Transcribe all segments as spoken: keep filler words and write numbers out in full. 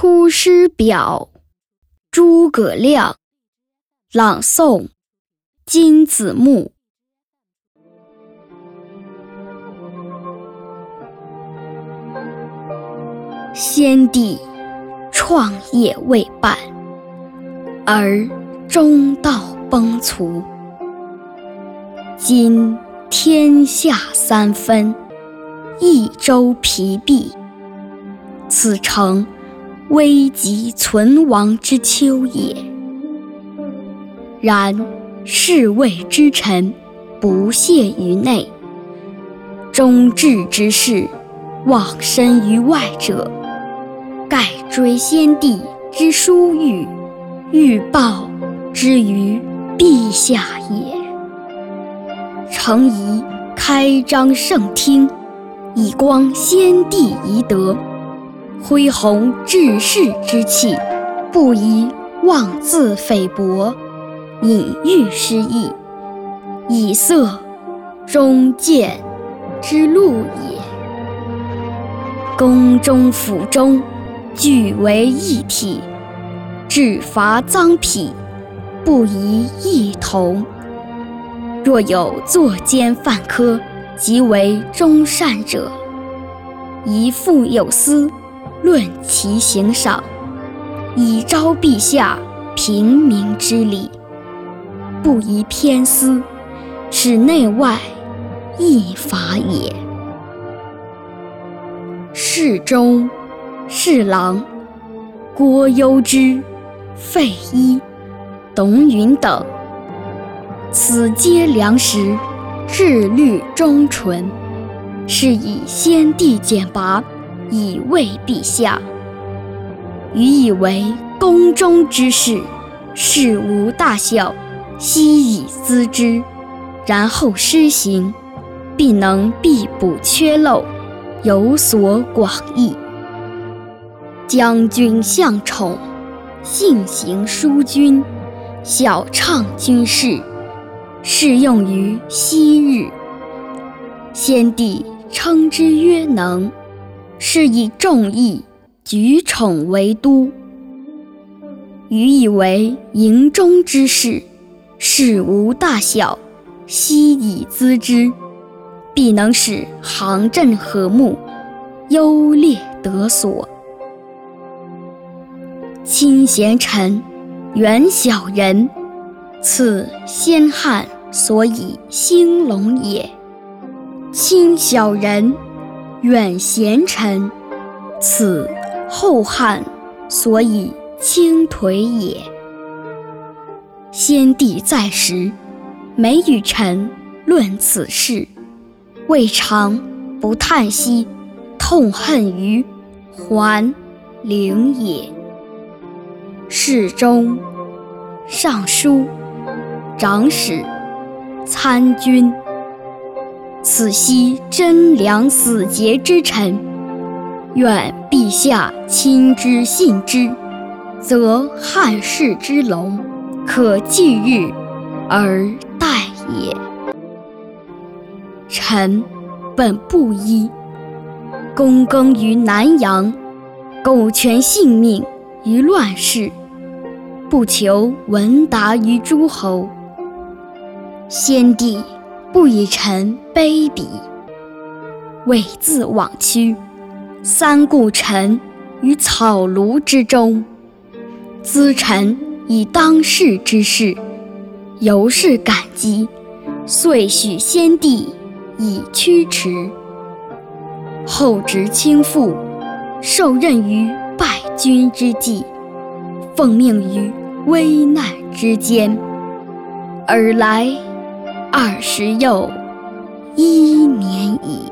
出师表》诸葛亮，朗诵金子木。先帝创业未半，而中道崩殂。今天下三分，益州疲弊，此诚危急存亡之秋也。然侍卫之臣不懈于内，忠志之士忘身于外者，盖追先帝之殊遇，欲报之于陛下也。诚宜开张圣听，以光先帝遗德，恢弘志士之气，不宜妄自菲薄，隐喻失意，以塞忠谏之路也。宫中府中俱为一体，治伐赃匹，不宜异同。若有作奸犯科，即为忠善者，宜复有司，论其刑赏，以昭陛下平民之礼，不宜偏私，使内外异法也。侍中、侍郎郭攸之、费祎、董允等，此皆良实，志虑忠纯，是以先帝简拔，以慰陛下。予以为宫中之事，事无大小，悉以咨之，然后施行，必能必补缺漏，有所广益。将军向宠，性行淑均，晓畅军事，适用于昔日。先帝称之曰能，是以众议举宠为都。予以为营中之事，事无大小，悉以咨之，必能使行阵和睦，优劣得所。亲贤臣，远小人，此先汉所以兴隆也；亲小人，远贤臣，此后汉所以倾颓也。先帝在时，每与臣论此事，未尝不叹息痛恨于桓灵也。侍中、尚书、长史、参军，此悉贞良死节之臣，愿陛下亲之信之，则汉室之隆，可继日而待也。臣本布衣，躬耕于南阳，苟全性命于乱世，不求闻达于诸侯。先帝不以臣卑鄙，猥自枉屈，三顾臣于草庐之中，咨臣以当世之事，由是感激，遂许先帝以驱驰。后值倾覆，受任于败军之际，奉命于危难之间，尔来二十又一年矣。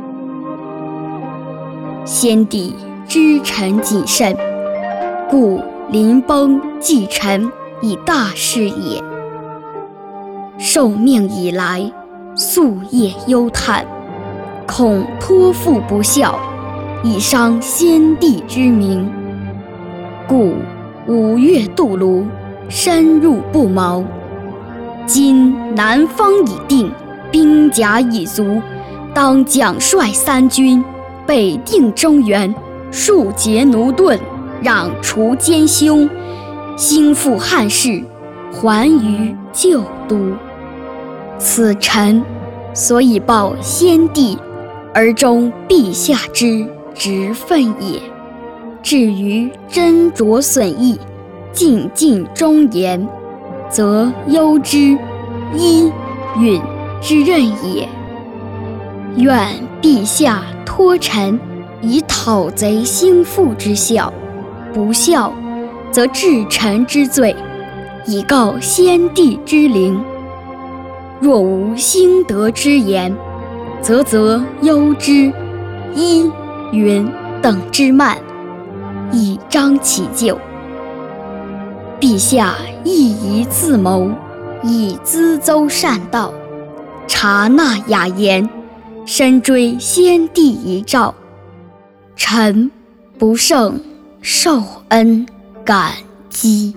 先帝知臣谨慎，故临崩寄臣以大事也。受命以来，夙夜忧叹，恐托付不效，以伤先帝之名，故五月渡泸，深入不毛。今南方已定，兵甲已足，当奖率三军，北定中原，庶竭奴钝， 让除奸凶，兴复汉室，还于旧都。此臣所以报先帝而忠陛下之职分也。至于斟酌损益，尽尽忠言，则攸之伊允之任也。愿陛下托臣以讨贼兴复之效，不效，则治臣之罪，以告先帝之灵。若无兴德之言，则则攸之伊允等之慢，以彰其咎。陛下亦宜自谋，以咨奏善道，察纳雅言，深追先帝遗诏。臣不胜受恩感激。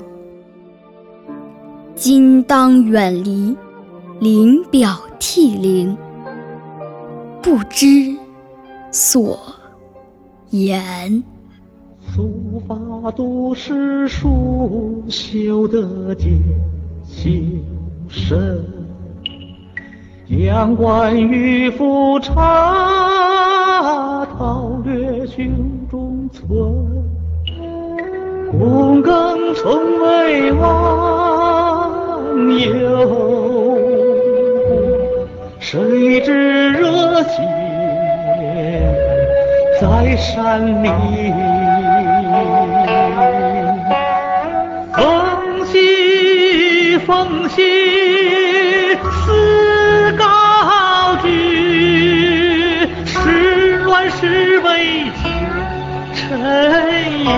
今当远离，临表涕零，不知所言。 书法度诗书，修得见修身。阳关玉斧插，陶略胸中存。躬耕从未忘，有谁知热血在山林。风息风息思高举，时乱时为情沉吟。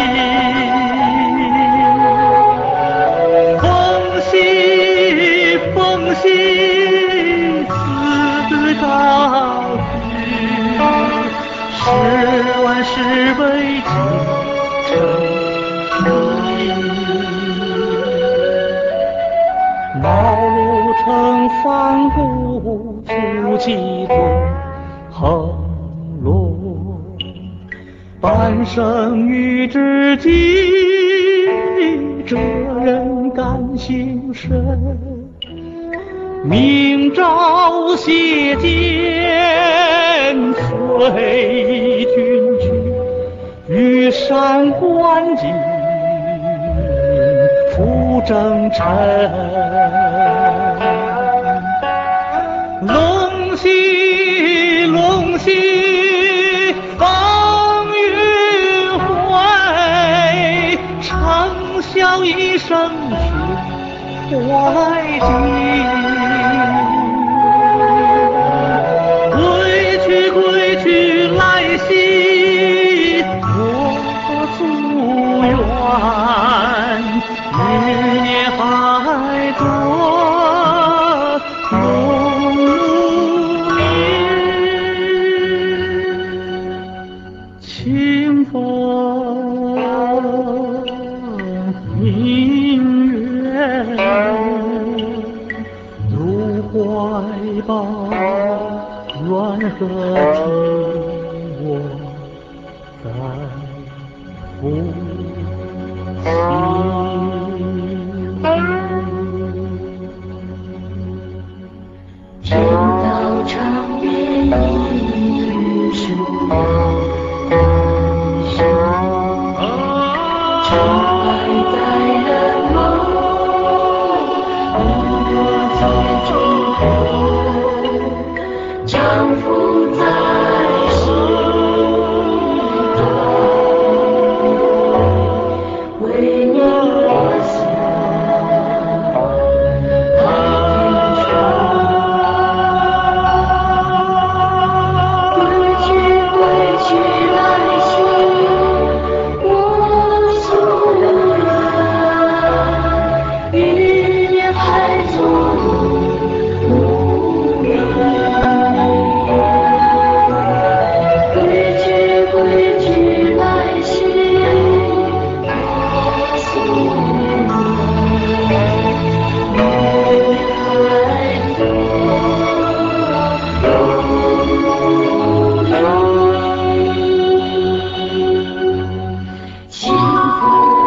风息风息思高举，时乱时为情沉吟。茅庐城方古，足迹多横落。半生于知己，这人感心深。明朝谢剑，随君去，羽山关景，复征尘。龙兮龙兮风云会，长啸一声去怀瑾。归去归去来兮，我夙愿，余年还多如年。清风明月入怀抱，缘何听我在呼吸。 天道长远一树长埋在人梦，一个结中后，丈夫在心头，为你落下爱天书。归去归去来兮，我夙愿，余年还做如年。 清风